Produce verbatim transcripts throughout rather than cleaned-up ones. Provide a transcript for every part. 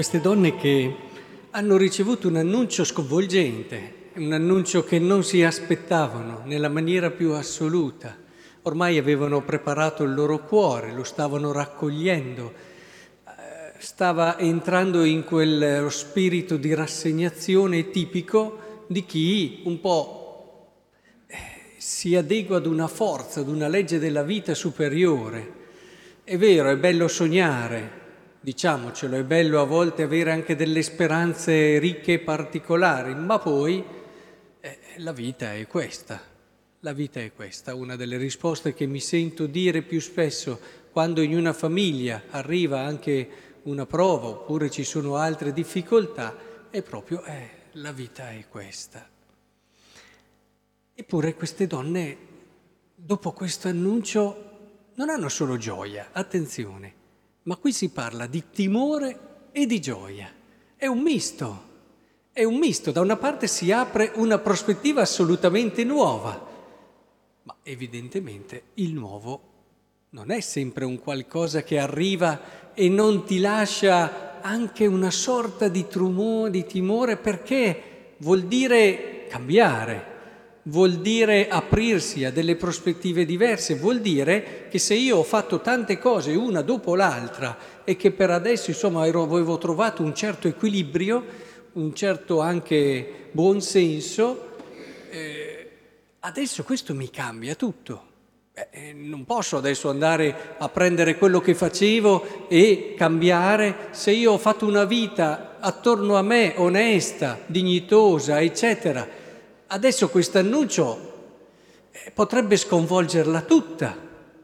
queste donne che hanno ricevuto un annuncio sconvolgente, un annuncio che non si aspettavano nella maniera più assoluta. Ormai avevano preparato il loro cuore, lo stavano raccogliendo, stava entrando in quello spirito di rassegnazione tipico di chi un po' si adegua ad una forza, ad una legge della vita superiore. È vero, è bello sognare, diciamocelo, è bello a volte avere anche delle speranze ricche e particolari, ma poi eh, la vita è questa, la vita è questa. Una delle risposte che mi sento dire più spesso quando in una famiglia arriva anche una prova oppure ci sono altre difficoltà è proprio eh, la vita è questa. Eppure queste donne, dopo questo annuncio, non hanno solo gioia, attenzione, ma qui si parla di timore e di gioia. È un misto, è un misto. Da una parte si apre una prospettiva assolutamente nuova, ma evidentemente il nuovo non è sempre un qualcosa che arriva e non ti lascia anche una sorta di trumo, di timore, perché vuol dire cambiare. Vuol dire aprirsi a delle prospettive diverse, vuol dire che se io ho fatto tante cose una dopo l'altra e che per adesso insomma ero, avevo trovato un certo equilibrio, un certo anche buon senso, eh, adesso questo mi cambia tutto. Eh, non posso adesso andare a prendere quello che facevo e cambiare. Se io ho fatto una vita attorno a me onesta, dignitosa, eccetera, adesso questo annuncio potrebbe sconvolgerla tutta,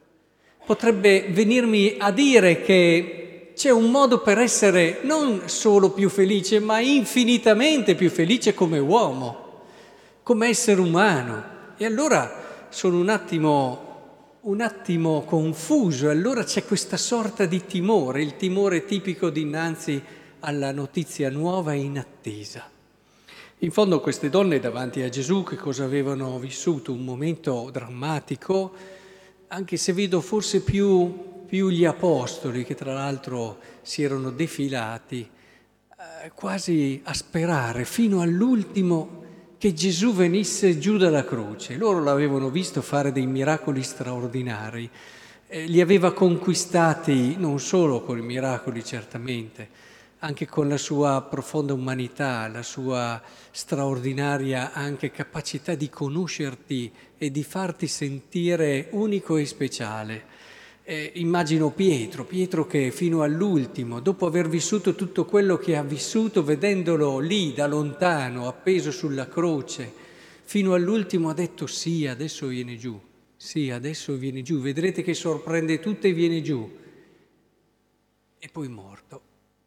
potrebbe venirmi a dire che c'è un modo per essere non solo più felice, ma infinitamente più felice come uomo, come essere umano. E allora sono un attimo, un attimo confuso, allora c'è questa sorta di timore, il timore tipico dinanzi alla notizia nuova e inattesa. In fondo queste donne davanti a Gesù che cosa avevano vissuto? Un momento drammatico, anche se vedo forse più, più gli apostoli che tra l'altro si erano defilati, eh, quasi a sperare fino all'ultimo che Gesù venisse giù dalla croce. Loro l'avevano visto fare dei miracoli straordinari, eh, li aveva conquistati non solo con i miracoli certamente, anche con la sua profonda umanità, la sua straordinaria anche capacità di conoscerti e di farti sentire unico e speciale. Eh, immagino Pietro, Pietro che fino all'ultimo, dopo aver vissuto tutto quello che ha vissuto, vedendolo lì da lontano, appeso sulla croce, fino all'ultimo ha detto sì, adesso viene giù, sì, adesso viene giù, vedrete che sorprende tutto e viene giù. E poi morto.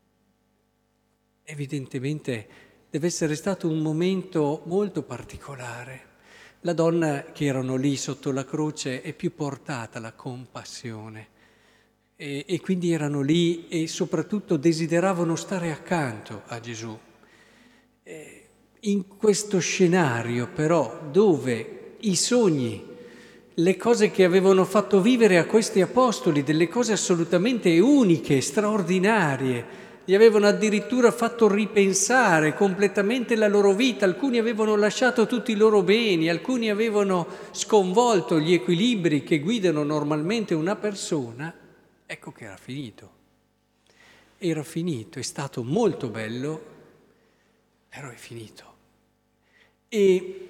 Evidentemente deve essere stato un momento molto particolare. La donna che erano lì sotto la croce è più portata alla compassione e, e quindi erano lì e soprattutto desideravano stare accanto a Gesù. E in questo scenario però dove i sogni, le cose che avevano fatto vivere a questi apostoli, delle cose assolutamente uniche, straordinarie, gli avevano addirittura fatto ripensare completamente la loro vita, alcuni avevano lasciato tutti i loro beni, alcuni avevano sconvolto gli equilibri che guidano normalmente una persona, ecco che era finito. Era finito, è stato molto bello, però è finito. E,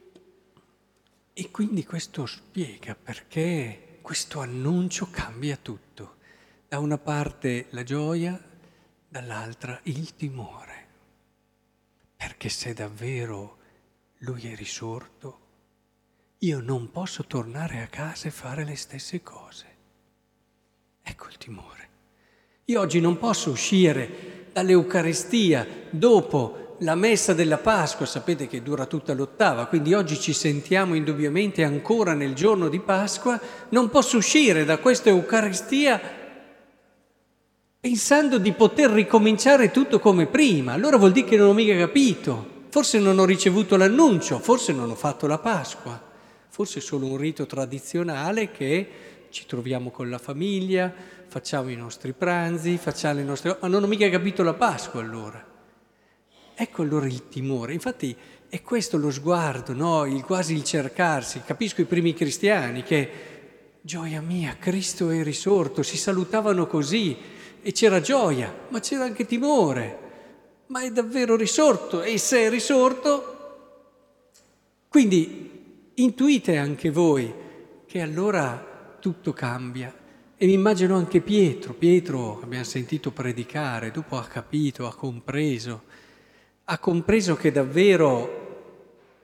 e quindi questo spiega perché questo annuncio cambia tutto. Da una parte la gioia, dall'altra il timore, perché se davvero lui è risorto, io non posso tornare a casa e fare le stesse cose. Ecco il timore. Io oggi non posso uscire dall'Eucaristia dopo la messa della Pasqua, sapete che dura tutta l'ottava, quindi oggi ci sentiamo indubbiamente ancora nel giorno di Pasqua, non posso uscire da questa Eucaristia pensando di poter ricominciare tutto come prima. Allora vuol dire che non ho mica capito, forse non ho ricevuto l'annuncio, forse non ho fatto la Pasqua, forse è solo un rito tradizionale che ci troviamo con la famiglia, facciamo i nostri pranzi, facciamo le nostre... ma non ho mica capito la Pasqua allora. Ecco allora il timore. Infatti è questo lo sguardo, no? Il, quasi il cercarsi. Capisco i primi cristiani che, gioia mia, Cristo è risorto, si salutavano così e c'era gioia, ma c'era anche timore. Ma è davvero risorto, e se è risorto... Quindi intuite anche voi che allora tutto cambia. E mi immagino anche Pietro. Pietro, abbiamo sentito predicare, dopo ha capito, ha compreso. Ha compreso che davvero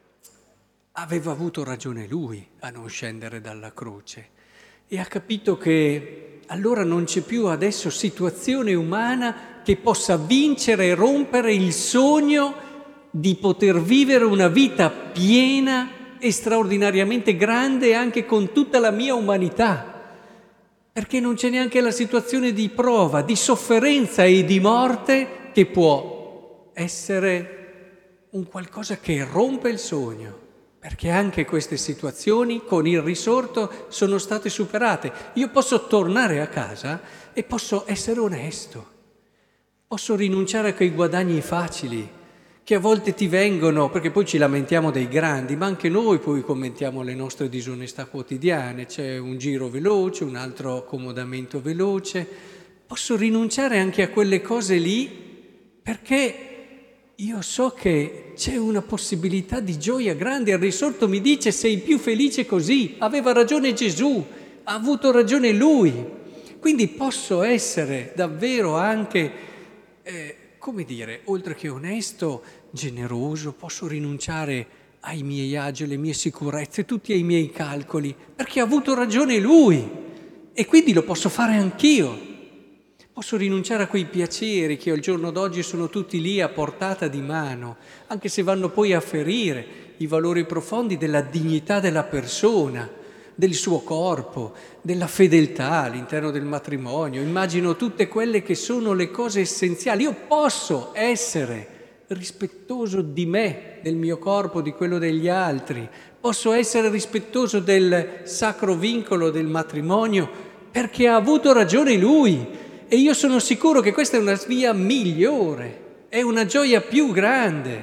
aveva avuto ragione lui a non scendere dalla croce. E ha capito che allora non c'è più adesso situazione umana che possa vincere e rompere il sogno di poter vivere una vita piena e straordinariamente grande anche con tutta la mia umanità. Perché non c'è neanche la situazione di prova, di sofferenza e di morte che può essere un qualcosa che rompe il sogno. Perché anche queste situazioni con il risorto sono state superate. Io posso tornare a casa e posso essere onesto. Posso rinunciare a quei guadagni facili che a volte ti vengono, perché poi ci lamentiamo dei grandi, ma anche noi poi commentiamo le nostre disonestà quotidiane. C'è un giro veloce, un altro accomodamento veloce. Posso rinunciare anche a quelle cose lì perché io so che c'è una possibilità di gioia grande. Il risorto mi dice sei più felice così. Aveva ragione Gesù, ha avuto ragione Lui. Quindi posso essere davvero anche, eh, come dire, oltre che onesto, generoso, posso rinunciare ai miei agi, alle mie sicurezze, tutti ai miei calcoli, perché ha avuto ragione Lui. E quindi lo posso fare anch'io. Posso rinunciare a quei piaceri che al giorno d'oggi sono tutti lì a portata di mano, anche se vanno poi a ferire i valori profondi della dignità della persona, del suo corpo, della fedeltà all'interno del matrimonio. Immagino tutte quelle che sono le cose essenziali. Io posso essere rispettoso di me, del mio corpo, di quello degli altri. Posso essere rispettoso del sacro vincolo del matrimonio perché ha avuto ragione Lui. E io sono sicuro che questa è una via migliore, è una gioia più grande.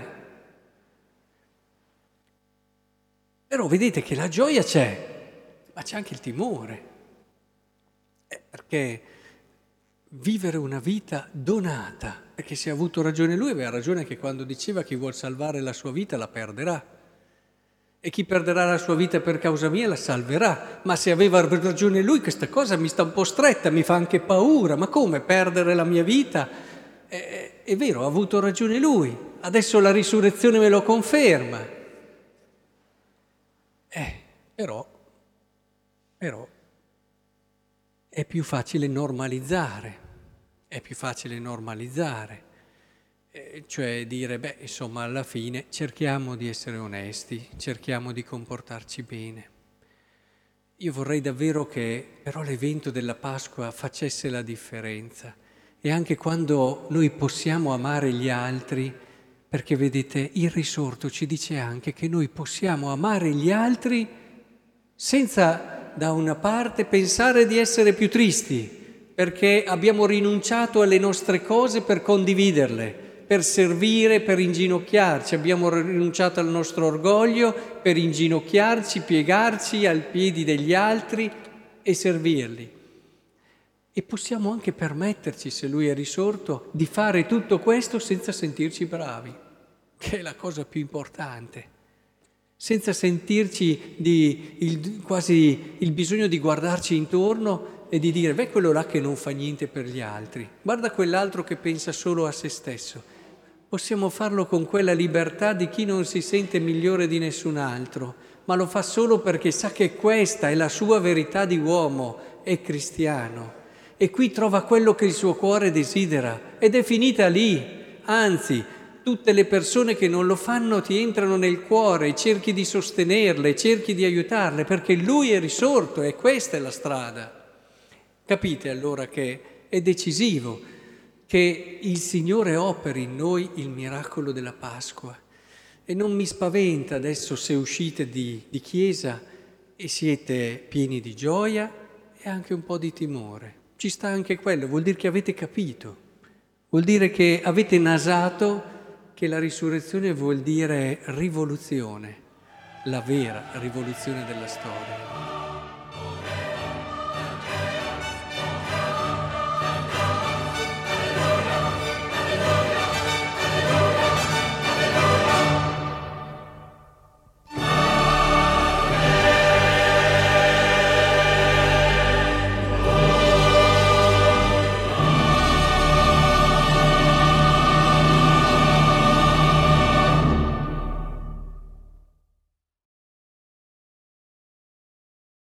Però vedete che la gioia c'è, ma c'è anche il timore. Eh, perché vivere una vita donata, perché se ha avuto ragione Lui, aveva ragione che quando diceva che chi vuol salvare la sua vita la perderà. E chi perderà la sua vita per causa mia la salverà. Ma se aveva ragione Lui, questa cosa mi sta un po' stretta, mi fa anche paura. Ma come perdere la mia vita? È, è vero, ha avuto ragione Lui. Adesso la risurrezione me lo conferma. Eh, però, però, è più facile normalizzare. È più facile normalizzare. Cioè dire, beh, insomma, alla fine cerchiamo di essere onesti, cerchiamo di comportarci bene. Io vorrei davvero che però l'evento della Pasqua facesse la differenza. E anche quando noi possiamo amare gli altri, perché vedete, il risorto ci dice anche che noi possiamo amare gli altri senza, da una parte, pensare di essere più tristi, perché abbiamo rinunciato alle nostre cose per condividerle, per servire, per inginocchiarci. Abbiamo rinunciato al nostro orgoglio per inginocchiarci, piegarci ai piedi degli altri e servirli. E possiamo anche permetterci, se Lui è risorto, di fare tutto questo senza sentirci bravi, che è la cosa più importante. Senza sentirci di il, quasi il bisogno di guardarci intorno e di dire, beh, quello là che non fa niente per gli altri, guarda quell'altro che pensa solo a se stesso. Possiamo farlo con quella libertà di chi non si sente migliore di nessun altro, ma lo fa solo perché sa che questa è la sua verità di uomo, è cristiano. E qui trova quello che il suo cuore desidera ed è finita lì. Anzi, tutte le persone che non lo fanno ti entrano nel cuore, cerchi di sostenerle, cerchi di aiutarle, perché Lui è risorto e questa è la strada. Capite allora che è decisivo che il Signore operi in noi il miracolo della Pasqua. E non mi spaventa adesso se uscite di, di chiesa e siete pieni di gioia, e e anche un po' di timore. Ci sta anche quello, vuol dire che avete capito, vuol dire che avete nasato che la risurrezione vuol dire rivoluzione, la vera rivoluzione della storia.